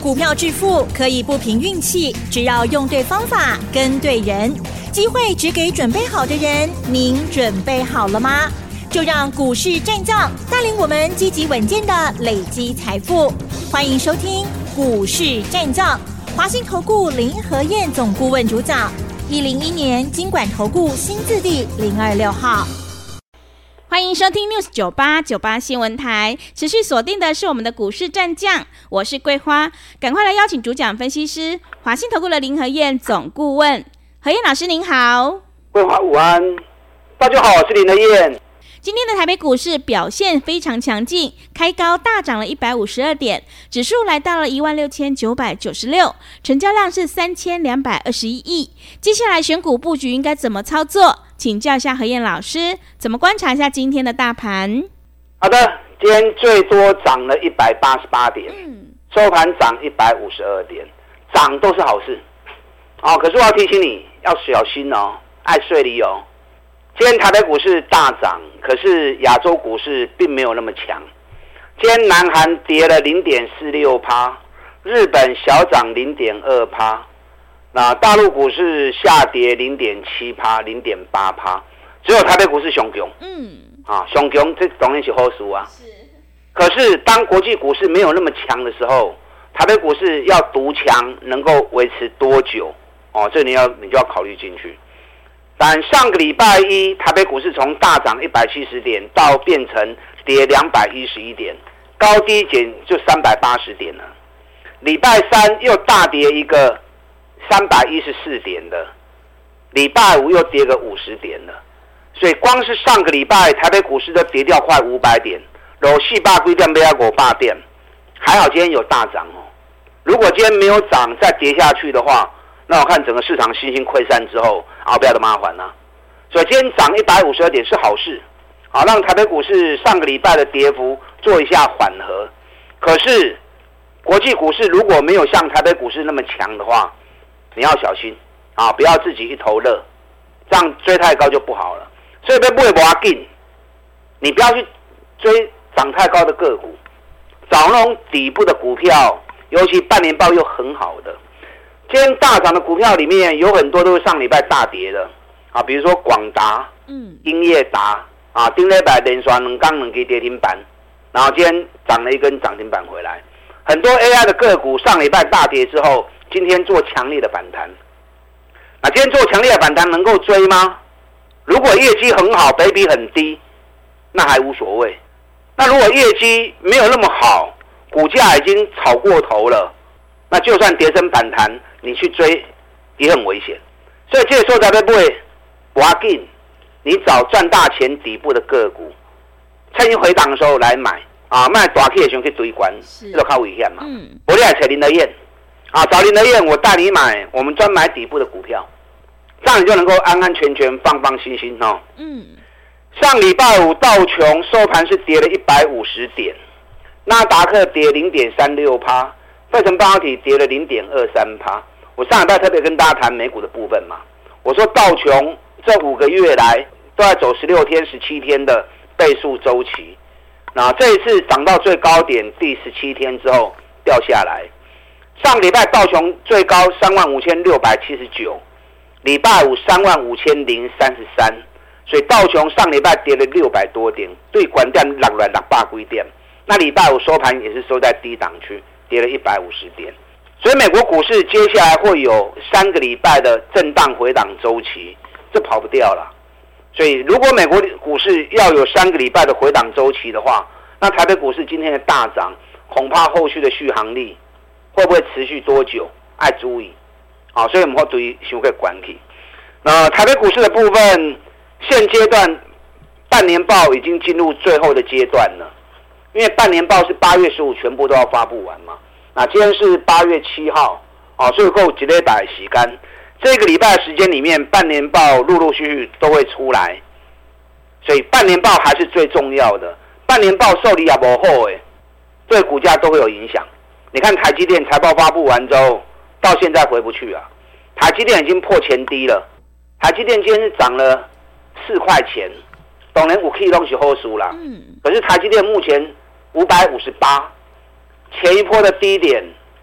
股票致富可以不凭运气，只要用对方法跟对人。机会只给准备好的人，您准备好了吗？就让股市战将带领我们积极稳健的累积财富。欢迎收听股市战将，华信投顾林和彥总顾问主讲，101年金管投顾新字第026号。 欢迎收听 News98 新闻台，持续锁定的是我们的股市战将，我是桂花，赶快来邀请主讲分析师华信投顾的林和彥总顾问。和彥老师您好。 桂花午安，大家好，我是林和彥。 今天的台北股市表现非常强劲，开高大涨了152点，指数来到了16996，成交量是3221亿。接下来选股布局应该怎么操作？请教一下和彥老师，怎么观察一下今天的大盘？ 好的，今天最多涨了188点，收盘涨152点，涨都是好事。可是我要提醒你要小心哦，爱睡理哦。今天台北股市大涨，可是亚洲股市并没有那么强。今天南韩跌了 0.46%， 日本小涨 0.2%， 那大陆股市下跌 0.7%、0.8%， 只有台北股市上强。上强这当然是好事啊。可是当国际股市没有那么强的时候，台北股市要独强能够维持多久？这你就要考虑进去。但上个礼拜一，台北股市从大涨170点到变成跌211点，高低减就380点了。礼拜三又大跌一个314点的，礼拜五又跌个50点了。所以光是上个礼拜台北股市都跌掉快500点，落400几点要500点，还好今天有大涨哦。如果今天没有涨再跌下去的话，那我看整个市场信心溃散之后，后边的麻烦啊。所以今天涨152点是好事，让台北股市上个礼拜的跌幅做一下缓和。可是国际股市如果没有像台北股市那么强的话，你要小心不要自己一头热，这样追太高就不好了。所以要买不要紧，你不要去追涨太高的个股，找那种底部的股票，尤其半年报又很好的。今天大涨的股票里面有很多都是上礼拜大跌的比如说广达、英业达顶礼拜连续2天2支跌停板，然后今天涨了一根涨停板回来。很多 AI 的个股上礼拜大跌之后，今天做强烈的反弹。那今天做强烈的反弹能够追吗？如果业绩很好，本益比很低，那还无所谓。那如果业绩没有那么好，股价已经炒过头了，那就算跌升反弹，你去追也很危险。所以这个时候才不会不要紧，你找赚大钱底部的个股，趁一回档的时候来买卖大起的时候去追关，这就较危险嘛。我来找林和彥找林和彥，我带你买，我们专买底部的股票，这样你就能够安安全全、放放心心上礼拜五道琼收盘是跌了150点，纳达克跌 0.36%。费城半导体跌了 0.23%。 我上礼拜特别跟大家谈美股的部分嘛，我说道琼这5个月来都在走16天、17天的倍数周期，那这一次涨到最高点第17天之后掉下来。上礼拜道琼最高35,679，礼拜五35,033，所以道琼上礼拜跌了600多点，对管点600几点。那礼拜五收盘也是收在低档区，跌了150点。所以美国股市接下来会有3个礼拜的震荡回档周期，这跑不掉了。所以如果美国股市要有3个礼拜的回档周期的话，那台北股市今天的大涨，恐怕后续的续航力会不会持续多久，要注意。所以我们会对于想去管起。那台北股市的部分，现阶段半年报已经进入最后的阶段了，因为半年报是8月15全部都要发布完嘛。那今天是8月7号，所以够一礼拜的时间。这个礼拜的时间里面，半年报陆陆续续都会出来，所以半年报还是最重要的。半年报受理也不好对股价都会有影响。你看台积电财报发布完之后，到现在回不去啊。台积电已经破前低了，台积电今天是涨了4块钱，当然5K 都是好事啦。可是台积电目前558，前一波的低点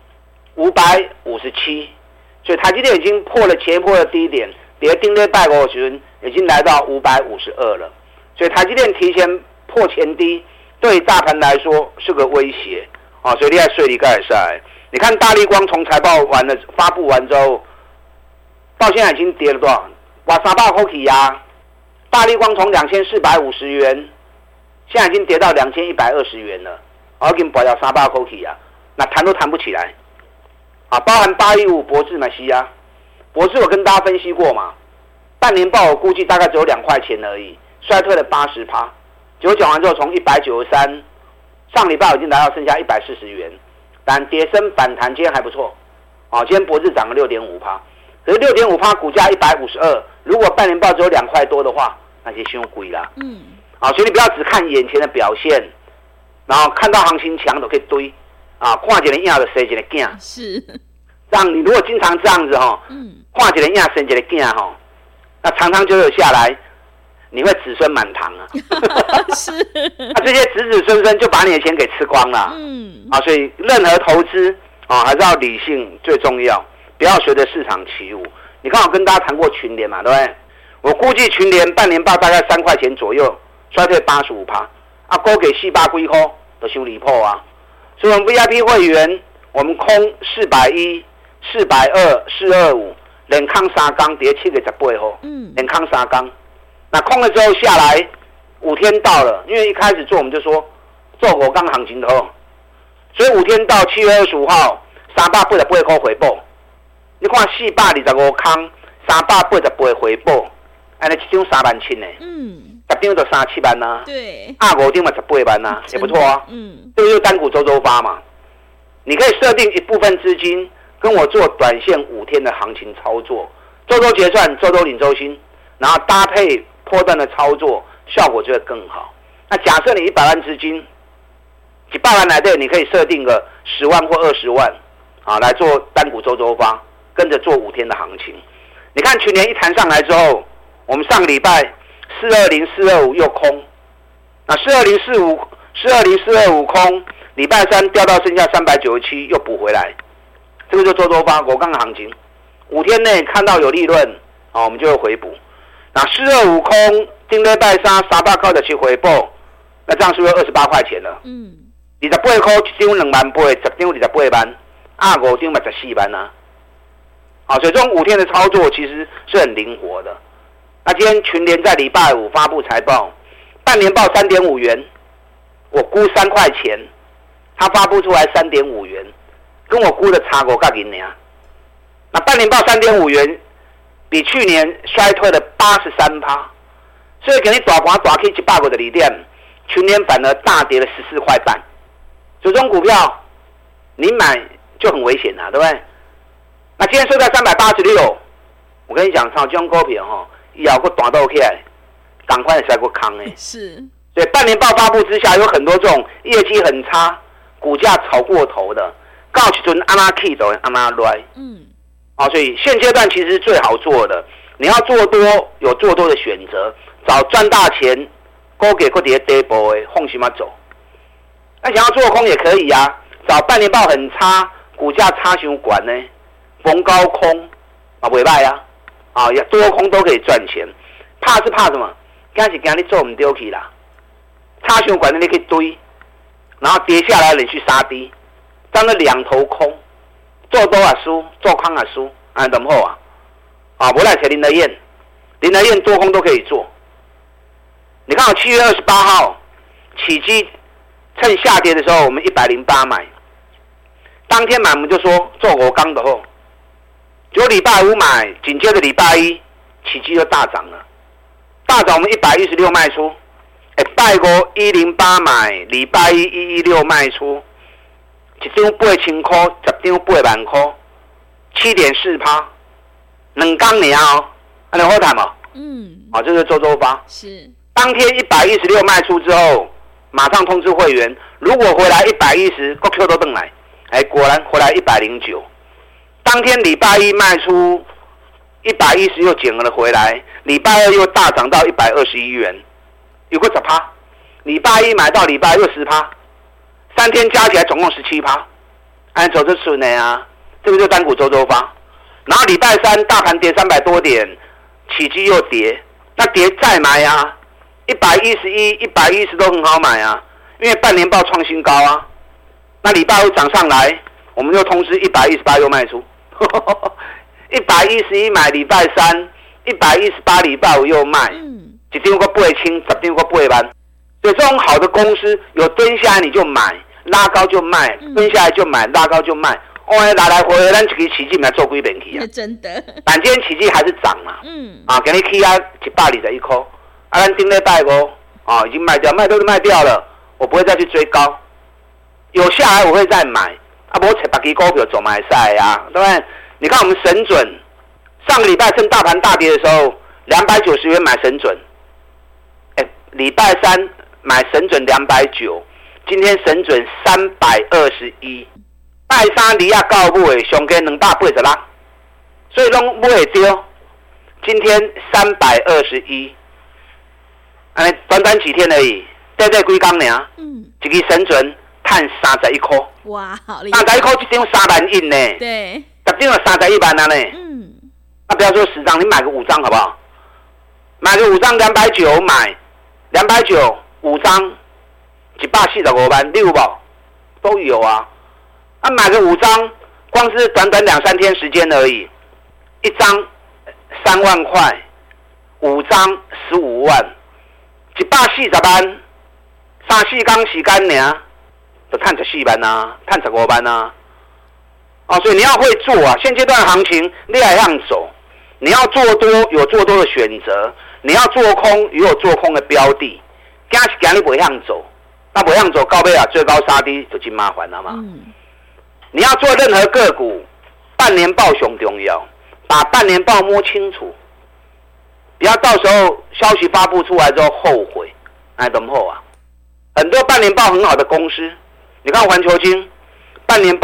557，所以台积电已经破了前一波的低点，跌顶礼拜五时已经来到552了，所以台积电提前破前低，对大盘来说是个威胁啊，所以你要水里盖赛。你看大立光从财报发布完之后，到现在已经跌了多少？哇，300块起呀！大立光从2450元，现在已经跌到2120元了，我给你保掉300块起呀，那谈都谈不起来啊！包含815博智嘛是啊，博智我跟大家分析过嘛，半年报我估计大概只有2块钱而已，衰退了80%。结果讲完之后，从193，上礼拜已经来到剩下140元，但跌升反弹，今天还不错啊！今天博智涨了6.5%，可是6.5%股价152，如果半年报只有2块多的话，那就太贵啦。所以你不要只看眼前的表现，然后看到行情强都可以堆啊，看一个影就生一个囝。 是， 让你如果经常这样子看一个影生一个囝那长长久久下来，你会子孙满堂啊。 是， 这些子子孙孙就把你的钱给吃光了。所以任何投资还是要理性最重要，不要随着市场起舞。你看我跟大家谈过群联嘛，对不对？我估计群联半年报大概3块钱左右，衰退85%，高给400几块都收离谱啊。所以我们 VIP 会员，我们空410、420、425，连空3天，跌7个18号，连空3天。那空了之后下来，5天到了，因为一开始做我们就说做5天行情的后，所以5天到7月25号，388块回报。你看425空，388回报，安尼一张3万七呢，10张就37万呐， 对 ，5张嘛18万呐，也不错啊。这就是单股周周发嘛。你可以设定一部分资金跟我做短线5天的行情操作，周周结算，周周领周薪，然后搭配波段的操作，效果就会更好。那假设你100万资金，100万来对，你可以设定个10万或20万来做单股周周发，跟着做5天的行情。你看去年一弹上来之后，我们上个礼拜420、425又空，那420、425空，礼拜三掉到剩下397，又补回来，这个就周周发5天行情，5天内看到有利润我们就会回补。那425空，顶礼拜三300块7回报，那这样是不是28块钱了？28块一张2万8，10张28万，5张嘛14万啊。所以这种5天的操作其实是很灵活的。那今天群联在礼拜五发布财报，半年报3.5元，我估3块钱，它发布出来3.5元，跟我估的差5角银呢。那半年报3.5元，比去年衰退了83%，所以给你大盘大 K 100个的利点，群联反而大跌了14块半。所以这种股票你买就很危险对不对？那今天收在386，我跟你讲，像这种股票以后会大到起来，赶快才会扛是， 所以半年报发布之下，有很多这种业绩很差、股价炒过头的，到时阵按哪起都按哪来。所以现阶段其实最好做的，你要做多有做多的选择，找赚大钱，高给或跌低波的放心嘛走。那想要做空也可以啊，找半年报很差、股价差太悬呢，逢高空不赖也多空都可以赚钱。怕是怕什么？刚是刚你做唔丢去啦，差太悬的你可以堆，然后跌下来连续杀低，这样的两头空。做多也输，做空也输，怎么好不赖找林德燕，林德燕多空都可以做。你看我7月28号起基，趁下跌的时候我们108买，当天买我们就说做5天的后，结果礼拜五买，紧接着礼拜一起基就大涨了，大涨我们116卖出，礼拜五108买，礼拜一116卖出。一张8000块，10张8万块，7.4%，2天尔安尼好谈吗？这是周周发。 是。 当天116卖出之后，马上通知会员，如果回来110，各 Q 都登来，果然回来109。当天礼拜一卖出110又减了回来，礼拜二又大涨到121元，有个10%。礼拜一买到礼拜二又10%。3天加起来总共17%，按走这顺的这个就单股周周发。然后礼拜三大盘跌300多点，起基又跌，那跌再买啊，111、110都很好买啊，因为半年报创新高啊。那礼拜五涨上来，我们又通知118又卖出，111买礼拜三，118礼拜五又卖，一张个8千，10张个8万。所以这种好的公司，有蹲下来你就买，拉高就卖，蹲下来就买，拉高就卖。来回咱一个奇迹嘛做几遍去啊？ 真的。 但今天奇迹还是涨嘛？给你起啊121块，咱顶礼拜已经卖掉，卖都是卖掉了，我不会再去追高。有下来我会再买，我找别支股票做买赛啊，对不对？你看我们神准，上个礼拜趁大盘大跌的时候，290元买神准，礼拜三买神准290，今天神准321。拜三离啊到尾上加286，所以拢买会丢。今天321，短几天而已，短几天尔。一个神准赚31块。 哇，好厉害 ！31块一张3万印呢。 对。 10张就31万了呢。那不要说10张，你买个5张好不好？买个5张290买，290 5张145万，你有无？都有啊。买个5张，光是短短2-3天时间而已，一张3万块，5张15万，140万，3-4天时间尔，就赚14万啊，赚15万啊。所以你要会做啊，现阶段行情你也要走，你要做多有做多的选择，你要做空也有做空的标的，今你不会向走，那不向走到尾啊，最高杀低就真麻烦了嘛。你要做任何个股，半年报很重要，把半年报摸清楚，不要到时候消息发布出来之后后悔，怎么后啊？很多半年报很好的公司，你看环球晶，半年报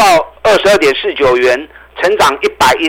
22.49元，成长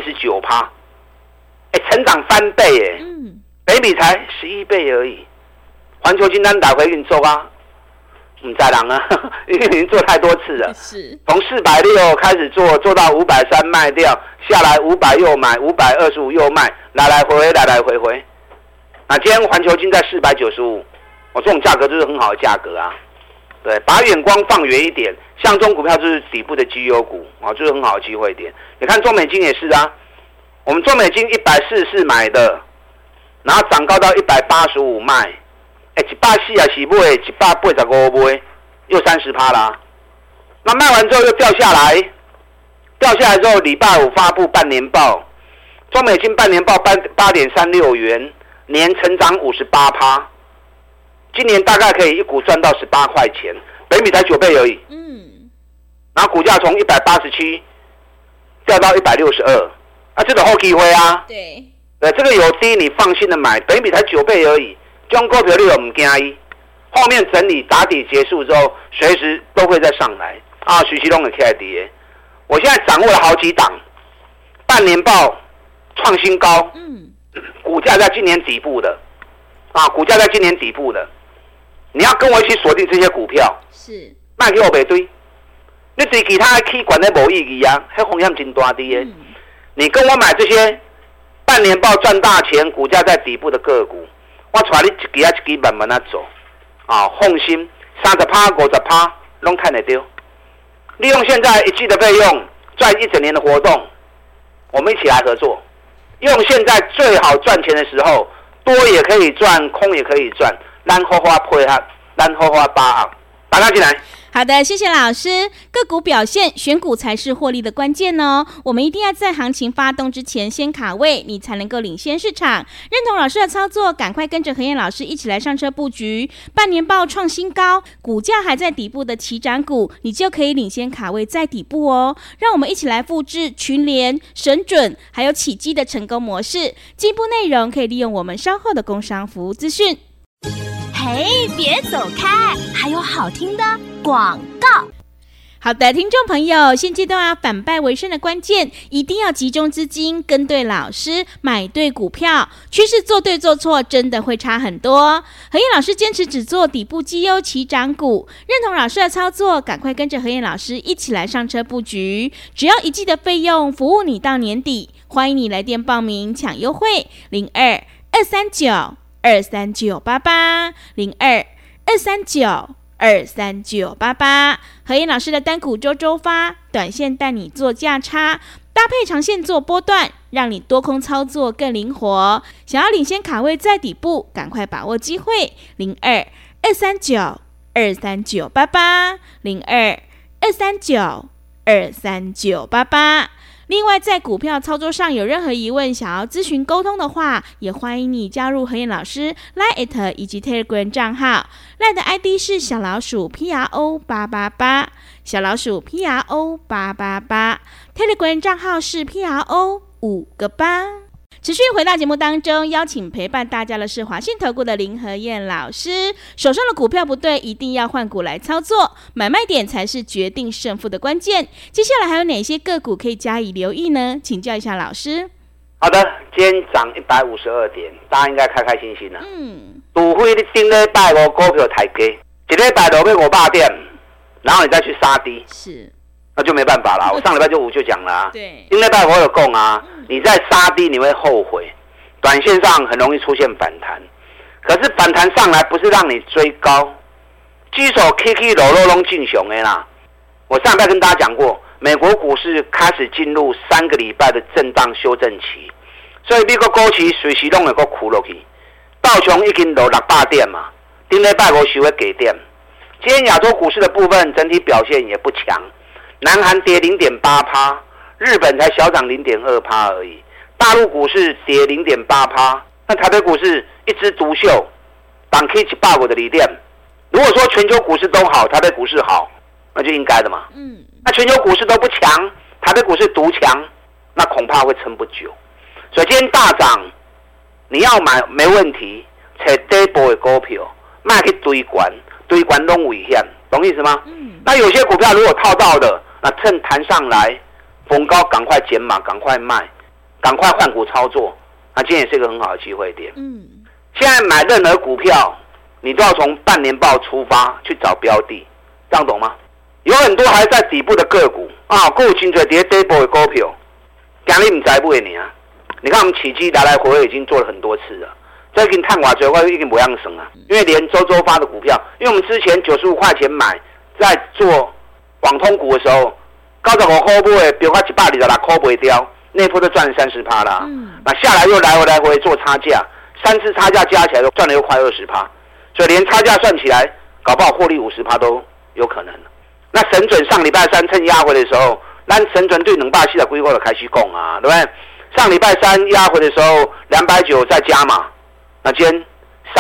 119%，成长3倍耶，北比才11倍而已，环球晶单打回给你做啊。不知人啊，因为已经做太多次了。 是。从 460开始做到530卖掉，下来500又买，525又卖，来回。今天环球晶在495，这种价格就是很好的价格啊。对，把眼光放远一点，像这种股票就是底部的绩优股，就是很好的机会点。你看中美晶也是啊，我们中美晶144买的，然后涨高到185卖。140啊是买，185买，又30%啦。那卖完之后又掉下来之后，礼拜五发布半年报，中美晶半年报8.36元，年成长58%，今年大概可以一股赚到18块钱，北比才9倍而已。然后股价从187掉到162，这个好机会啊。 对， 这个有低你放心的买，北比才9倍而已。这种股票你又不惊伊，后面整理打底结束之后，随时都会再上来啊，随时都会起来跌。我现在掌握了好几档，半年报创新高，股价在今年底部的，股价在今年底部的，你要跟我一起锁定这些股票， 是， 卖给我背堆，你对其他的起管的没意义啊，那风险真大的。你跟我买这些半年报赚大钱，股价在底部的个股。我带你一支慢慢走，放心，30%、50%拢赚得到。利用现在1季的费用赚1整年的活动，我们一起来合作。用现在最好赚钱的时候，多也可以赚，空也可以赚。咱好好配合，咱好好把握，打他进来。 好的，谢谢老师。个股表现，选股才是获利的关键哦。我们一定要在行情发动之前先卡位，你才能够领先市场。认同老师的操作，赶快跟着何燕老师一起来上车布局。半年报创新高，股价还在底部的起涨股，你就可以领先卡位在底部哦。让我们一起来复制群联、神准还有启基的成功模式。进一步内容可以利用我们稍后的工商服务资讯。 嘿，别走开，还有好听的广告。 好的，听众朋友，现阶段反败为胜的关键，一定要集中资金，跟对老师，买对股票，趋势做对做错，真的会差很多。何燕老师坚持只做底部绩优起涨股，认同老师的操作，赶快跟着何燕老师一起来上车布局，只要1季的费用，服务你到年底。欢迎你来电报名抢优惠，02-239-23988，02-239-23988。何燕老师的单股周周发，短线带你做价差，搭配长线做波段，让你多空操作更灵活。想要领先卡位在底部，赶快把握机会，02-239-23988，02-239-23988。另外，在股票操作上有任何疑问，想要咨询沟通的话，也欢迎你加入何燕老师 LINE@ 以及 Telegram 账号。LINE 的 ID 是小老鼠 PRO888，小老鼠 PRO888。Telegram 账号是 PRO5个8。持续回到节目当中，邀请陪伴大家的是华信投顾的林和燕老师。手上的股票不对，一定要换股来操作，买卖点才是决定胜负的关键。接下来还有哪些个股可以加以留意呢？请教一下老师。 好的，今天涨152点，大家应该开开心心了。除非你顶礼拜五股票太低，一礼拜落要500点，然后你再去杀低， 是。 那就没办法了。我上礼拜5就讲了啊， 对， 顶礼拜我有讲啊，你在杀低你会后悔，短线上很容易出现反弹。可是反弹上来不是让你追高，基手起起落落拢进熊的啦。我上礼拜跟大家讲过，美国股市开始进入3个礼拜的震荡修正期，所以美国股市随时拢会阁哭落去。道琼已经落600点嘛，顶礼拜五收的低点。今天亚洲股市的部分整体表现也不强。南韩跌 0.8%， 日本才小涨 0.2% 而已，大陆股市跌 0.8%， 那台北股市一枝独秀，挡 K 150的里点。如果说全球股市都好，台北股市好，那就应该的嘛。那全球股市都不强，台北股市独强，那恐怕会撑不久。所以今天大涨，你要买没问题，找底部的股票，卖去堆关，堆关拢危险，懂意思吗？那有些股票如果套到的，那趁弹上来，逢高赶快减码，赶快卖，赶快换股操作。那今天也是一个很好的机会点。现在买任何股票，你都要从半年报出发去找标的，这样懂吗？有很多还在底部的个股啊，够清楚跌底部的股票，今日唔知买你啊？你看我们起基来来回回已经做了很多次了，这已经探寡最后已经不样省了，因为连周周发的股票，因为我们之前95块钱买，在做网通股的时候，95块买，飙到126块卖掉，那波都赚了30%啦。那下来又来回做差价，3次差价加起来都赚了又快20%，所以连差价算起来，搞不好获利50%都有可能。那神准上礼拜3趁压回的时候，咱神准对240几块就开始讲啊，对不对？上礼拜3压回的时候290再加码，那今天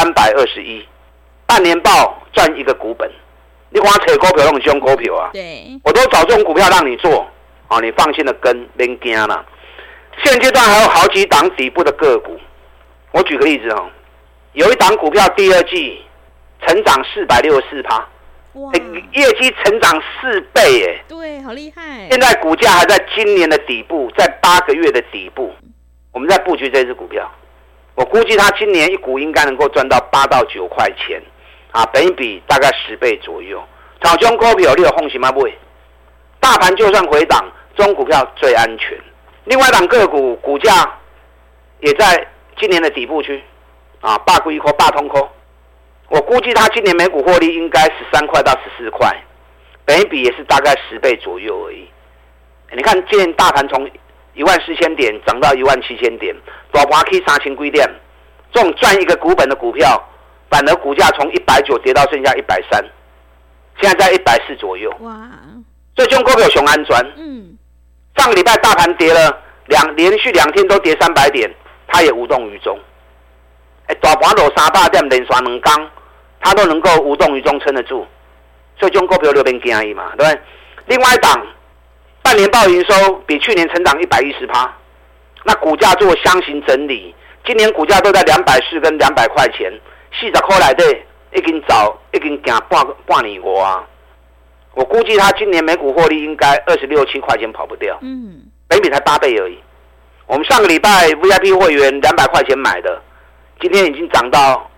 321，半年报赚1个股本。你光找股票那种凶股票啊， 对， 我都找这种股票让你做，你放心的跟，别惊啦。现阶段还有好几档底部的个股，我举个例子有一档股票第2季成长464%，业绩成长4倍耶， 对，好厉害。 现在股价还在今年的底部，在8个月的底部，我们在布局这支股票，我估计它今年一股应该能够赚到8到9块钱。本益比大概10倍左右，炒中股票你有放心吗？不会，大盘就算回档，中股票最安全。另外一档个股股价也在今年的底部区，8几块8通块，我估计它今年每股获利应该13块到14块，本益比也是大概10倍左右而已。你看今年大盘从14000点涨到17000点，大盘去3000几点，这种赚1个股本的股票。反而股价从190跌到剩下130，现在在140左右。哇！所以这种股票熊安全。上个礼拜大盘跌了连续2天都跌300点，它也无动于衷。大盘落300点，连续2天，它都能够无动于衷撑得住。所以这种股票就免惊伊嘛，对不对？另外一档半年报营收比去年成长110%，那股价做箱型整理，今年股价都在240跟200块钱。40块内底已经行半年外啊！ 我估计它今年每股获利应该26、7块钱跑不掉。本益比才8倍而已。我们上个礼拜 VIP 会员200块钱买的，今天已经涨到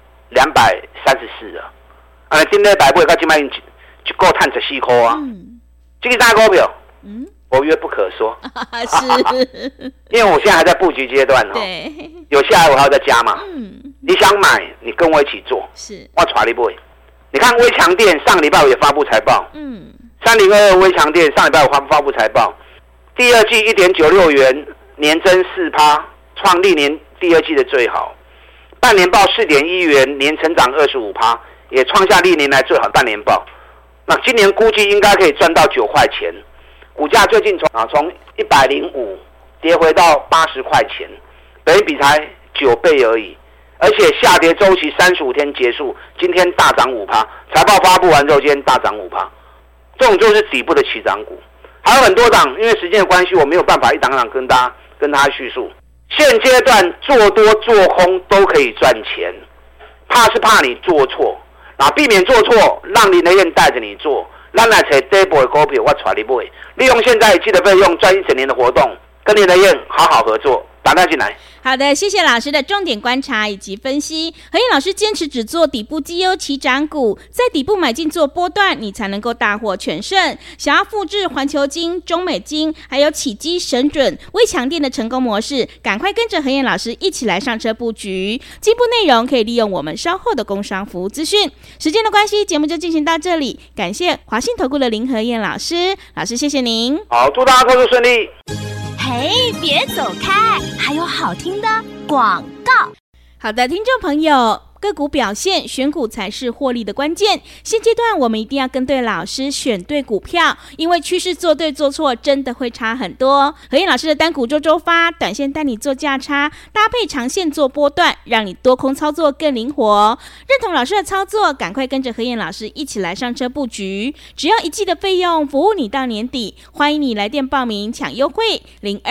234了。今天100倍到今天就够赚14块啊。这个大股票，我约不可说。 是， 因为我现在还在布局阶段哦。 对， 有下来我还要再加嘛。你想买，你跟我一起做。 是， 我带你买。你看威强电上个礼拜我也发布财报。3022威强电上礼拜我发布财报，第二季 1.96 元，年增 4%， 创历年第二季的最好。半年报 4.1 元，年成长 25%， 也创下历年来最好半年报。那今年估计应该可以赚到9块钱。股价最近从105跌回到80块钱，本益比才9倍而已。而且下跌周期35天结束，今天大涨 5%， 财报发布完之后今天大涨 5%， 这种就是底部的起涨股。还有很多档，因为时间的关系我没有办法一档档跟大家叙述。现阶段做多做空都可以赚钱，怕是怕你做错，避免做错，让林德燕带着你做，让来找底部的股票我带你买，利用现在一季的费用赚1整年的活动，跟林德燕好好合作，打电话进来。 好的，谢谢老师的重点观察以及分析。和燕老师坚持只做底部绩优起涨股，在底部买进做波段，你才能够大获全胜。想要复制环球金、中美金还有启基、神准、威强电的成功模式，赶快跟着和燕老师一起来上车布局。进一步内容可以利用我们稍后的工商服务资讯。时间的关系，节目就进行到这里，感谢华信投顾的林和燕老师，老师谢谢您。 好，祝大家操作顺利。 嘿，别走开，还有好听的广告。 好的，听众朋友，个股表现，选股才是获利的关键。现阶段我们一定要跟对老师，选对股票，因为趋势做对做错真的会差很多。和燕老师的单股周周发，短线带你做价差，搭配长线做波段，让你多空操作更灵活。认同老师的操作，赶快跟着和燕老师一起来上车布局，只要1季的费用，服务你到年底。欢迎你来电报名抢优惠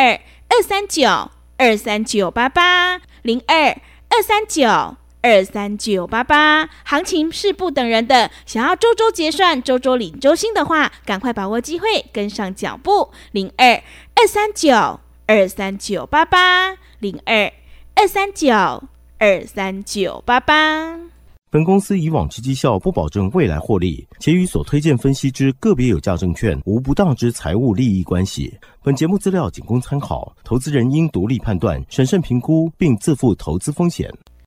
，02-239-23988 02-239-23988，行情是不等人的，想要周周结算、周周领周薪的话，赶快把握机会，跟上脚步。02-239-23988 02-239-23988。 本公司以往之绩效不保证未来获利，且与所推荐分析之个别有价证券无不当之财务利益关系。本节目资料仅供参考，投资人应独立判断、审慎评估，并自负投资风险。